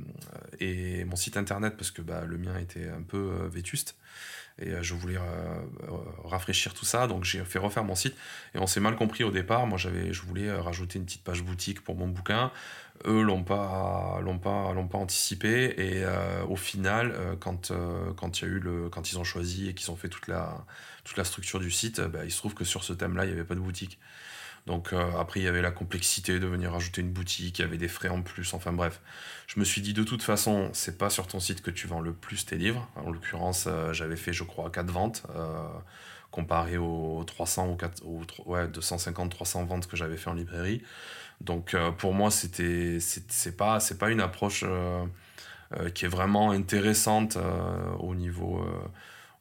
et mon site internet parce que bah, le mien était un peu euh, vétuste et euh, je voulais euh, rafraîchir tout ça, donc j'ai fait refaire mon site et on s'est mal compris au départ. Moi, j'avais, je voulais rajouter une petite page boutique pour mon bouquin. Eux l'ont pas, l'ont pas, l'ont pas anticipé et euh, au final, euh, quand euh, quand il y a eu le, quand ils ont choisi et qu'ils ont fait toute la toute la structure du site, bah, il se trouve que sur ce thème-là, il n'y avait pas de boutique. Donc euh, après, il y avait la complexité de venir rajouter une boutique, il y avait des frais en plus, enfin bref. Je me suis dit, de toute façon, c'est pas sur ton site que tu vends le plus tes livres. En l'occurrence, euh, j'avais fait, je crois, quatre ventes, euh, comparé aux trois cents ou quatre, aux, ouais, deux cent cinquante à trois cents ventes que j'avais fait en librairie. Donc euh, pour moi, c'était, c'est, c'est, pas, c'est pas une approche euh, euh, qui est vraiment intéressante euh, au niveau... Euh,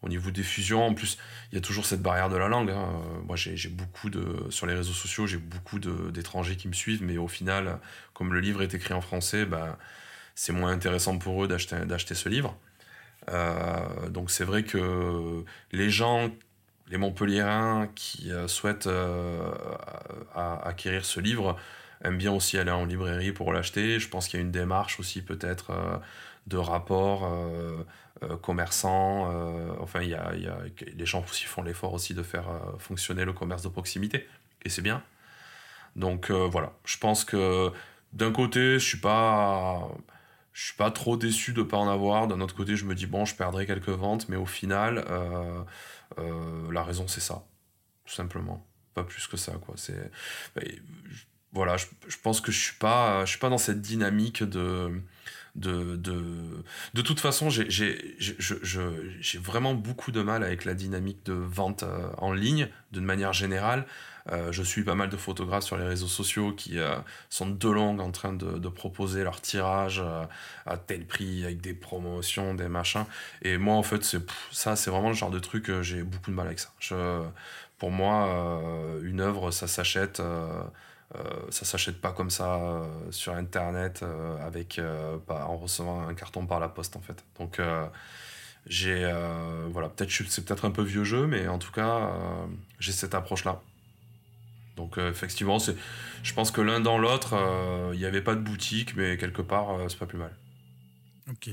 au niveau des fusions, en plus, il y a toujours cette barrière de la langue. Hein. Moi, j'ai, j'ai beaucoup de... Sur les réseaux sociaux, j'ai beaucoup de, d'étrangers qui me suivent, mais au final, comme le livre est écrit en français, ben, c'est moins intéressant pour eux d'acheter, d'acheter ce livre. Euh, donc c'est vrai que les gens, les Montpelliérains qui euh, souhaitent euh, à, à acquérir ce livre aiment bien aussi aller en librairie pour l'acheter. Je pense qu'il y a une démarche aussi peut-être euh, de rapport euh, euh, commerçant. Euh, enfin, il y a, il y a, les gens aussi font l'effort aussi de faire euh, fonctionner le commerce de proximité. Et c'est bien. Donc euh, voilà, je pense que d'un côté, je suis pas... Je suis pas trop déçu de pas en avoir. D'un autre côté, je me dis, bon, je perdrai quelques ventes, mais au final, euh, euh, la raison, c'est ça. Tout simplement. Pas plus que ça, quoi. C'est... mais, voilà, je, je pense que je suis pas, je suis pas dans cette dynamique de... De, de, de toute façon, j'ai, j'ai, j'ai, je, je, j'ai vraiment beaucoup de mal avec la dynamique de vente euh, en ligne, d'une manière générale. Euh, je suis pas mal de photographes sur les réseaux sociaux qui euh, sont de longue en train de, de proposer leur tirage euh, à tel prix, avec des promotions, des machins. Et moi, en fait, c'est, pff, ça, c'est vraiment le genre de truc, euh, j'ai beaucoup de mal avec ça. Je, pour moi, euh, une œuvre, ça s'achète... Euh, Euh, ça s'achète pas comme ça euh, sur internet euh, avec euh, pas, en recevant un carton par la poste en fait. Donc euh, j'ai euh, voilà, peut-être c'est peut-être un peu vieux jeu, mais en tout cas euh, j'ai cette approche là. Donc euh, effectivement, c'est, je pense que l'un dans l'autre, il euh, n'y avait pas de boutique, mais quelque part euh, c'est pas plus mal. Ok.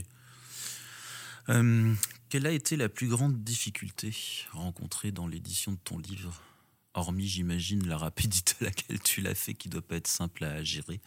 Euh, quelle a été la plus grande difficulté rencontrée dans l'édition de ton livre ? Hormis, j'imagine, la rapidité à laquelle tu l'as fait, qui doit pas être simple à gérer.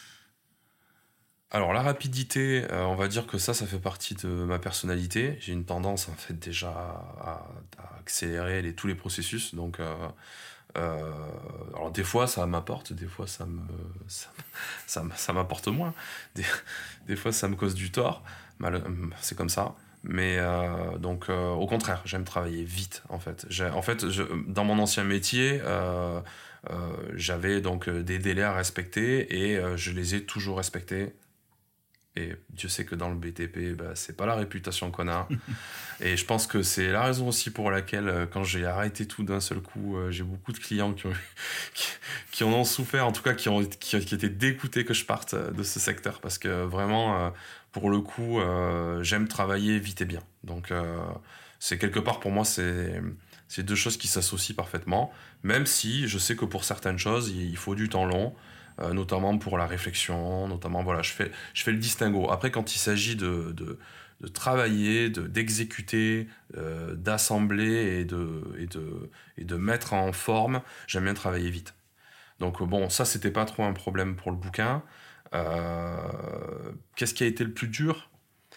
Alors la rapidité, euh, on va dire que ça, ça fait partie de ma personnalité. J'ai une tendance en fait déjà à, à accélérer les, tous les processus. Donc, euh, euh, alors des fois ça m'apporte, des fois ça me, ça, ça, ça m'apporte moins. Des, des fois ça me cause du tort. Mal, c'est comme ça. Mais euh, donc euh, au contraire, j'aime travailler vite en fait. J'ai, en fait, je, dans mon ancien métier. Euh, Euh, j'avais donc des délais à respecter et euh, je les ai toujours respectés. Et Dieu sait que dans le B T P, bah, c'est pas la réputation qu'on a. Et je pense que c'est la raison aussi pour laquelle, euh, quand j'ai arrêté tout d'un seul coup, euh, j'ai beaucoup de clients qui, ont, qui, qui en ont souffert, en tout cas qui, ont, qui, qui étaient dégoûtés que je parte de ce secteur. Parce que vraiment, euh, pour le coup, euh, j'aime travailler vite et bien. Donc, euh, c'est quelque part pour moi, c'est, c'est deux choses qui s'associent parfaitement. Même si je sais que pour certaines choses, il faut du temps long. Euh, notamment pour la réflexion, notamment, voilà, je fais, je fais le distinguo. Après, quand il s'agit de, de, de travailler, de, d'exécuter, euh, d'assembler et de, et, de, et de mettre en forme, j'aime bien travailler vite. Donc bon, ça, c'était pas trop un problème pour le bouquin. Euh, qu'est-ce qui a été le plus dur ?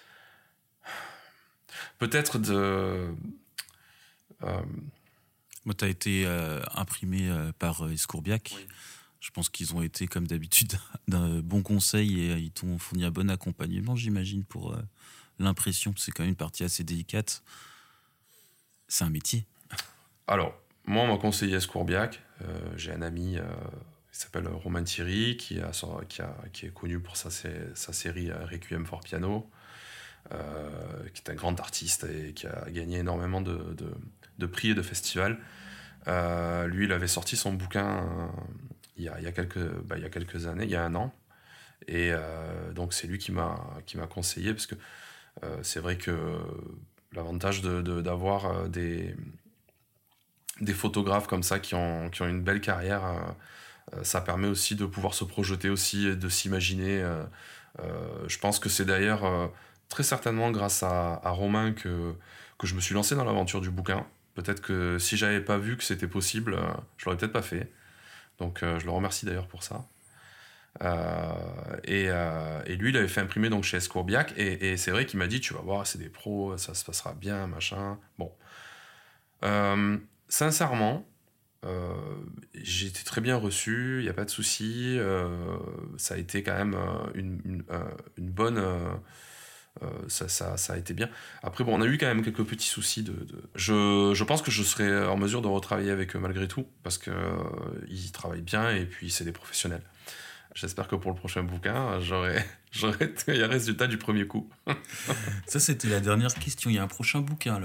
Peut-être de... Euh... Moi, tu as été euh, imprimé euh, par euh, Escourbiac. Oui. Je pense qu'ils ont été, comme d'habitude, d'un bon conseil et ils t'ont fourni un bon accompagnement, j'imagine, pour euh, l'impression. C'est quand même une partie assez délicate. C'est un métier. Alors, moi, on m'a conseillé Escourbiac. Euh, j'ai un ami euh, qui s'appelle Romain Thierry, qui, a, qui, a, qui est connu pour sa, sa série Requiem for Piano, euh, qui est un grand artiste et qui a gagné énormément de, de, de prix et de festivals. Euh, lui, il avait sorti son bouquin... Euh, Il y, a, il, y a quelques, bah, il y a quelques années, il y a un an. Et euh, donc, c'est lui qui m'a, qui m'a conseillé, parce que euh, c'est vrai que l'avantage de, de, d'avoir des, des photographes comme ça qui ont, qui ont une belle carrière, euh, ça permet aussi de pouvoir se projeter aussi, de s'imaginer. Euh, euh, je pense que c'est d'ailleurs euh, très certainement grâce à, à Romain que, que je me suis lancé dans l'aventure du bouquin. Peut-être que si j'avais pas vu que c'était possible, euh, je l'aurais peut-être pas fait. Donc euh, je le remercie d'ailleurs pour ça. Euh, et, euh, et lui, il avait fait imprimer donc chez Escourbiac. Et, et c'est vrai qu'il m'a dit, tu vas voir, c'est des pros, ça se passera bien, machin. Bon. Euh, sincèrement, euh, j'ai été très bien reçu, il n'y a pas de souci. Euh, ça a été quand même une, une, une bonne... Euh, ça, ça, ça a été bien. Après, bon, on a eu quand même quelques petits soucis. De, de... Je, je pense que je serai en mesure de retravailler avec eux malgré tout, parce qu'ils euh, travaillent bien et puis c'est des professionnels. J'espère que pour le prochain bouquin, j'aurai, j'aurai les résultats du premier coup. Ça, c'était la dernière question. Il y a un prochain bouquin alors ?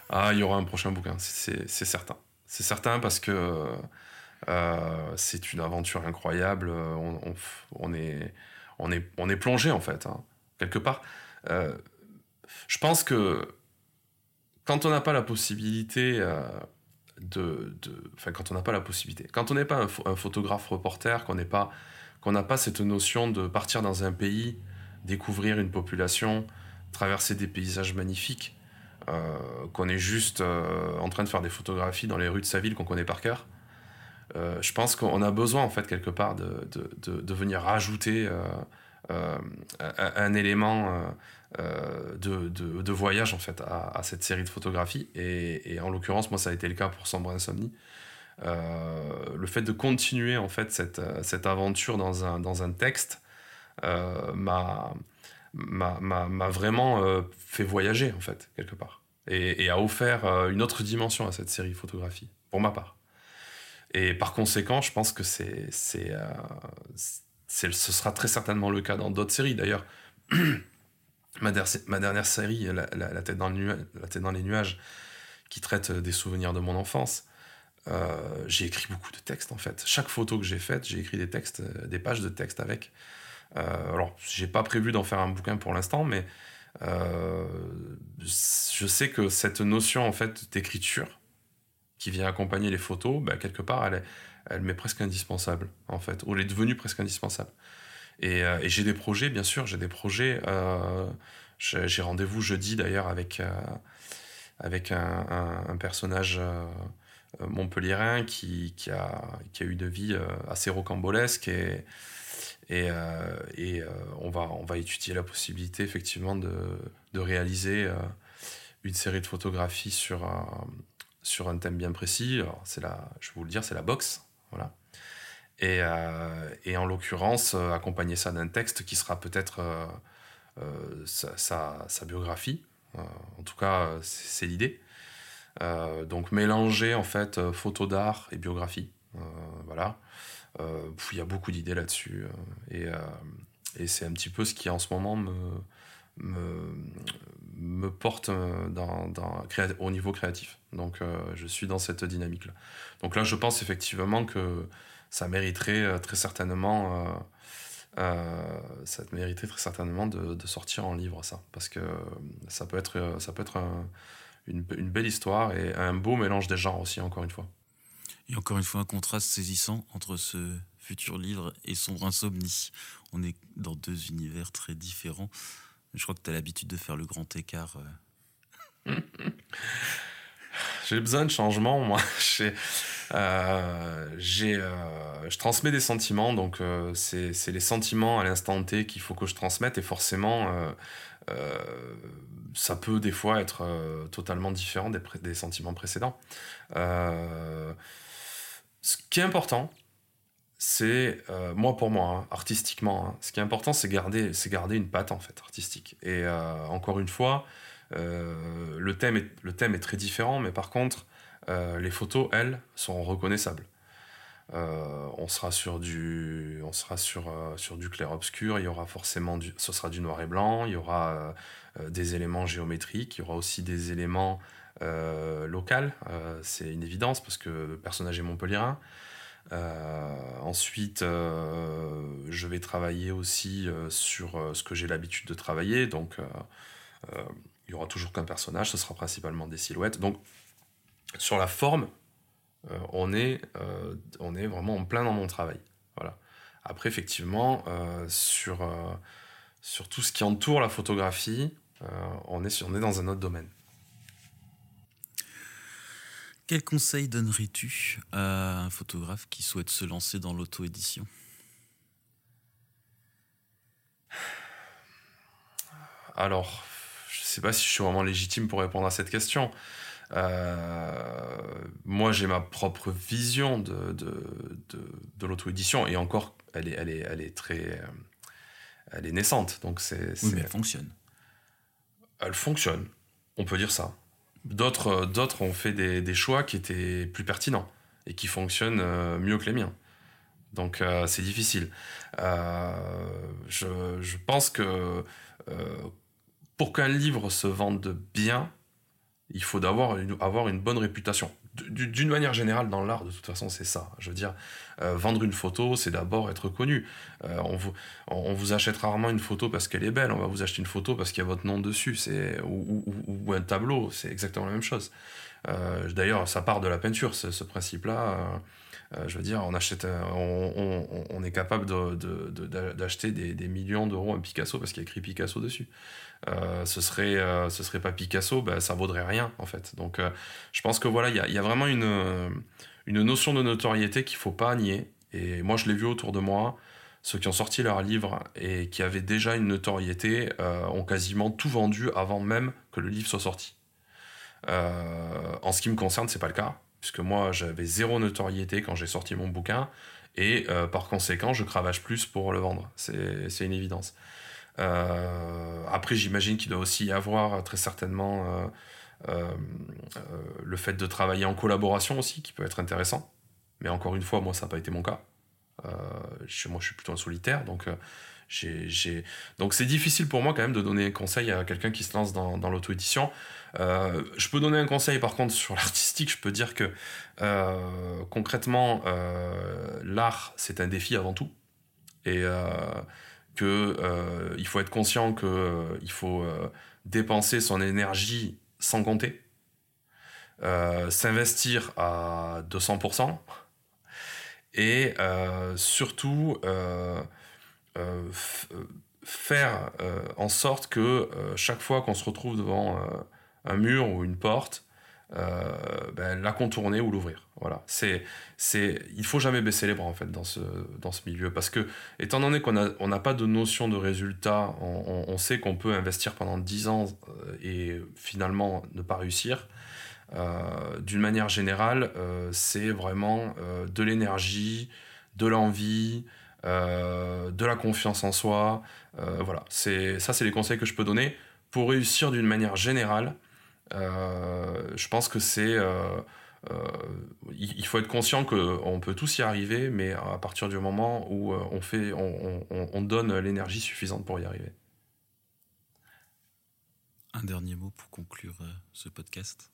Ah, il y aura un prochain bouquin, c'est, c'est certain. C'est certain parce que euh, c'est une aventure incroyable. On, on, on est, on, est, on est plongé, en fait, hein, quelque part. Euh, je pense que quand on n'a pas la possibilité euh, de, de... Enfin, quand on n'a pas la possibilité... Quand on n'est pas un, un photographe reporter, qu'on n'est pas, qu'on n'a pas cette notion de partir dans un pays, découvrir une population, traverser des paysages magnifiques, euh, qu'on est juste euh, en train de faire des photographies dans les rues de sa ville qu'on connaît par cœur, euh, je pense qu'on a besoin, en fait, quelque part, de, de, de, de venir rajouter euh, euh, un, un élément euh, euh, de, de, de voyage, en fait, à, à cette série de photographies. Et, et en l'occurrence, moi, ça a été le cas pour Sombre Insomnie. Euh, le fait de continuer, en fait, cette, cette aventure dans un, dans un texte euh, m'a, m'a, m'a, m'a vraiment euh, fait voyager, en fait, quelque part. Et, et a offert euh, une autre dimension à cette série de photographies, pour ma part. Et par conséquent, je pense que c'est, c'est, euh, c'est, ce sera très certainement le cas dans d'autres séries. D'ailleurs, ma, der- ma dernière série, la, la, la, tête dans le nuage, la tête dans les nuages, qui traite des souvenirs de mon enfance, euh, j'ai écrit beaucoup de textes, en fait. Chaque photo que j'ai faite, j'ai écrit des textes, des pages de texte avec. Euh, alors, j'ai pas prévu d'en faire un bouquin pour l'instant, mais euh, je sais que cette notion, en fait, d'écriture, qui vient accompagner les photos, bah, quelque part, elle, est, elle m'est presque indispensable, en fait, ou elle est devenue presque indispensable. Et, euh, et j'ai des projets, bien sûr, j'ai des projets. Euh, j'ai, j'ai rendez-vous jeudi, d'ailleurs, avec, euh, avec un, un, un personnage euh, montpelliérain qui, qui, a, qui a eu une vie euh, assez rocambolesque, et, et, euh, et euh, on, va, on va étudier la possibilité, effectivement, de, de réaliser euh, une série de photographies sur... Euh, sur un thème bien précis. Alors, c'est la, je vais vous le dire, c'est la boxe. Voilà. Et, euh, et en l'occurrence, euh, accompagner ça d'un texte qui sera peut-être euh, euh, sa, sa, sa biographie. Euh, en tout cas, c'est, c'est l'idée. Euh, donc mélanger, en fait, euh, photo d'art et biographie. Euh, voilà. Euh, il y a beaucoup d'idées là-dessus. Euh, et, euh, et c'est un petit peu ce qui, en ce moment, me, me, me porte dans, dans, au niveau créatif. Donc euh, je suis dans cette dynamique-là. Donc là, je pense effectivement que ça mériterait euh, très certainement, euh, euh, ça mériterait très certainement de, de sortir en livre, ça, parce que ça peut être, ça peut être un, une, une belle histoire et un beau mélange des genres aussi, encore une fois. Et encore une fois, un contraste saisissant entre ce futur livre et Sombre Insomnie. On est dans deux univers très différents. Je crois que tu as l'habitude de faire le grand écart. Euh... J'ai besoin de changement, moi. j'ai, euh, j'ai, euh, je transmets des sentiments, donc euh, c'est, c'est les sentiments à l'instant T qu'il faut que je transmette, et forcément, euh, euh, ça peut des fois être euh, totalement différent des, pré- des sentiments précédents. Euh, ce qui est important, c'est, euh, moi pour moi, hein, artistiquement, hein, ce qui est important, c'est garder, c'est garder une patte, en fait, artistique. Et euh, encore une fois, euh, le, thème est, le thème est très différent, mais par contre, euh, les photos, elles, sont reconnaissables. Euh, on sera sur du, on sera sur, euh, sur du clair-obscur, il y aura forcément du, ce sera du noir et blanc, il y aura euh, des éléments géométriques, il y aura aussi des éléments euh, locaux, euh, c'est une évidence parce que le personnage est montpelliérain. Euh, ensuite, euh, je vais travailler aussi euh, sur euh, ce que j'ai l'habitude de travailler. Donc, euh, euh, il y aura toujours qu'un personnage, ce sera principalement des silhouettes. Donc, sur la forme, euh, on, est, euh, on est vraiment en plein dans mon travail. Voilà. Après, effectivement, euh, sur, euh, sur tout ce qui entoure la photographie, euh, on, est sur, on est dans un autre domaine. Quel conseil donnerais-tu à un photographe qui souhaite se lancer dans l'auto-édition ? Alors, je ne sais pas si je suis vraiment légitime pour répondre à cette question. Euh, moi, j'ai ma propre vision de, de, de, de l'auto-édition, et encore, elle est, elle est, elle est très... Euh, elle est naissante, donc c'est... Oui, c'est... mais elle fonctionne. Elle fonctionne, on peut dire ça. D'autres, d'autres ont fait des, des choix qui étaient plus pertinents et qui fonctionnent euh, mieux que les miens. Donc euh, c'est difficile. Euh, je, je pense que euh, pour qu'un livre se vende bien, Il faut d'avoir une, avoir une bonne réputation. D'une manière générale, dans l'art, de toute façon, c'est ça. Je veux dire, euh, vendre une photo, c'est d'abord être connu. Euh, on, vous, on vous achète rarement une photo parce qu'elle est belle, on va vous acheter une photo parce qu'il y a votre nom dessus, c'est, ou, ou, ou un tableau, c'est exactement la même chose. Euh, d'ailleurs, ça part de la peinture, ce, ce principe-là. Euh, euh, je veux dire, on, achète, on, on, on est capable de, de, de, d'acheter des, des millions d'euros un Picasso parce qu'il y a écrit Picasso dessus. Euh, ce serait euh, ce serait pas Picasso, ben, ça vaudrait rien en fait. Donc euh, je pense que voilà, il y a, y a vraiment une, une notion de notoriété qu'il faut pas nier. Et moi je l'ai vu autour de moi, ceux qui ont sorti leurs livres et qui avaient déjà une notoriété euh, ont quasiment tout vendu avant même que le livre soit sorti. Euh, en ce qui me concerne, c'est pas le cas, puisque moi j'avais zéro notoriété quand j'ai sorti mon bouquin, et euh, par conséquent je cravache plus pour le vendre. C'est, c'est une évidence. Euh, après, j'imagine qu'il doit aussi y avoir très certainement euh, euh, euh, le fait de travailler en collaboration aussi, qui peut être intéressant. Mais encore une fois, moi, ça n'a pas été mon cas. Euh, je, moi, je suis plutôt un solitaire, donc euh, j'ai, j'ai... donc c'est difficile pour moi quand même de donner un conseil à quelqu'un qui se lance dans, dans l'auto-édition. Euh, je peux donner un conseil par contre sur l'artistique. Je peux dire que euh, concrètement, euh, l'art, c'est un défi avant tout. Et euh, qu'il euh, faut être conscient qu'il euh, faut euh, dépenser son énergie sans compter, euh, s'investir à deux cents pour cent et euh, surtout euh, euh, f- faire euh, en sorte que euh, chaque fois qu'on se retrouve devant euh, un mur ou une porte, Euh, ben, la contourner ou l'ouvrir. Voilà. C'est, c'est, il faut jamais baisser les bras en fait dans ce, dans ce milieu, parce que étant donné qu'on a, on n'a pas de notion de résultat, on, on, on sait qu'on peut investir pendant dix ans euh, et finalement ne pas réussir. Euh, d'une manière générale, euh, c'est vraiment euh, de l'énergie, de l'envie, euh, de la confiance en soi. Euh, voilà. C'est, ça, c'est les conseils que je peux donner pour réussir d'une manière générale. Euh, je pense que c'est euh, euh, il faut être conscient qu'on peut tous y arriver, mais à partir du moment où on fait on, on, on donne l'énergie suffisante pour y arriver. Un dernier mot pour conclure euh, ce podcast.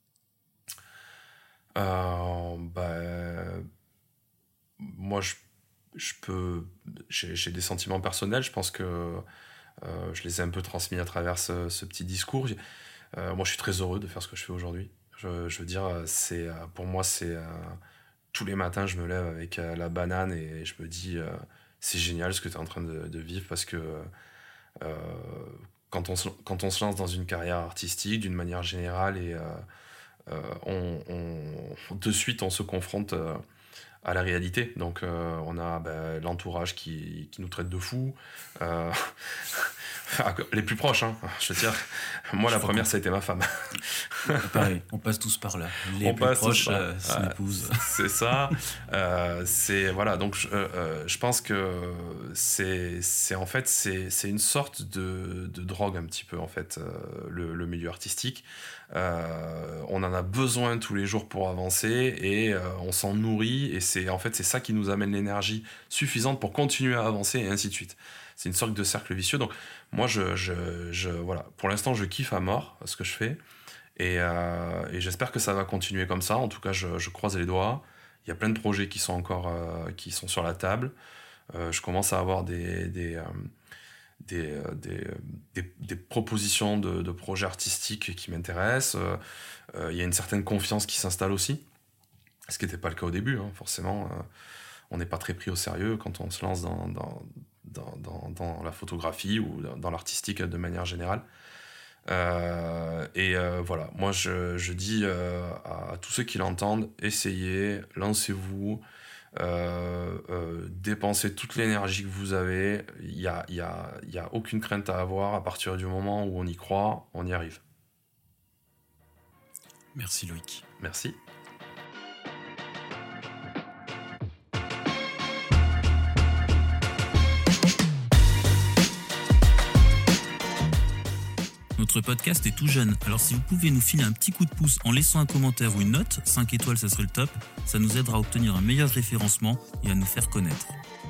Euh, bah, moi je, je peux j'ai, j'ai des sentiments personnels, je pense que euh, je les ai un peu transmis à travers ce, ce petit discours. Euh, moi, je suis très heureux de faire ce que je fais aujourd'hui. Je, je veux dire, c'est, pour moi, c'est euh, tous les matins, je me lève avec euh, la banane et je me dis, euh, c'est génial ce que tu es en train de, de vivre, parce que euh, quand, on se, quand on se lance dans une carrière artistique, d'une manière générale, et euh, euh, on, on, de suite, on se confronte euh, à la réalité. Donc, euh, on a ben, l'entourage qui, qui nous traite de fous. Euh, les plus proches, hein. Je veux dire, moi, je la première, ça a été ma femme. Pareil, on passe tous par là. Les on plus proches, par... euh, c'est ah, l'épouse. C'est ça. euh, c'est, voilà, donc je, euh, je pense que c'est, c'est en fait, c'est, c'est une sorte de, de drogue un petit peu, en fait, euh, le, le milieu artistique. Euh, on en a besoin tous les jours pour avancer, et euh, on s'en nourrit, et c'est, en fait, c'est ça qui nous amène l'énergie suffisante pour continuer à avancer, et ainsi de suite. C'est une sorte de cercle vicieux. Donc moi, je, je, je, voilà, pour l'instant, je kiffe à mort ce que je fais, et, euh, et j'espère que ça va continuer comme ça. En tout cas, je, je croise les doigts. Il y a plein de projets qui sont encore euh, qui sont sur la table. Euh, je commence à avoir des des, euh, des, euh, des, des, des propositions de, de projets artistiques qui m'intéressent. Euh, euh, il y a une certaine confiance qui s'installe aussi, ce qui n'était pas le cas au début, hein, forcément. Euh, on n'est pas très pris au sérieux quand on se lance dans, dans, dans, dans, dans la photographie ou dans, dans l'artistique de manière générale. Euh, et euh, voilà, moi je, je dis euh, à, à tous ceux qui l'entendent, essayez, lancez-vous, euh, euh, dépensez toute l'énergie que vous avez. Il n'y a, y a, y a aucune crainte à avoir. À partir du moment où on y croit, on y arrive. Merci Loïc. Merci. Notre podcast est tout jeune, alors si vous pouvez nous filer un petit coup de pouce en laissant un commentaire ou une note, cinq étoiles ça serait le top, ça nous aidera à obtenir un meilleur référencement et à nous faire connaître.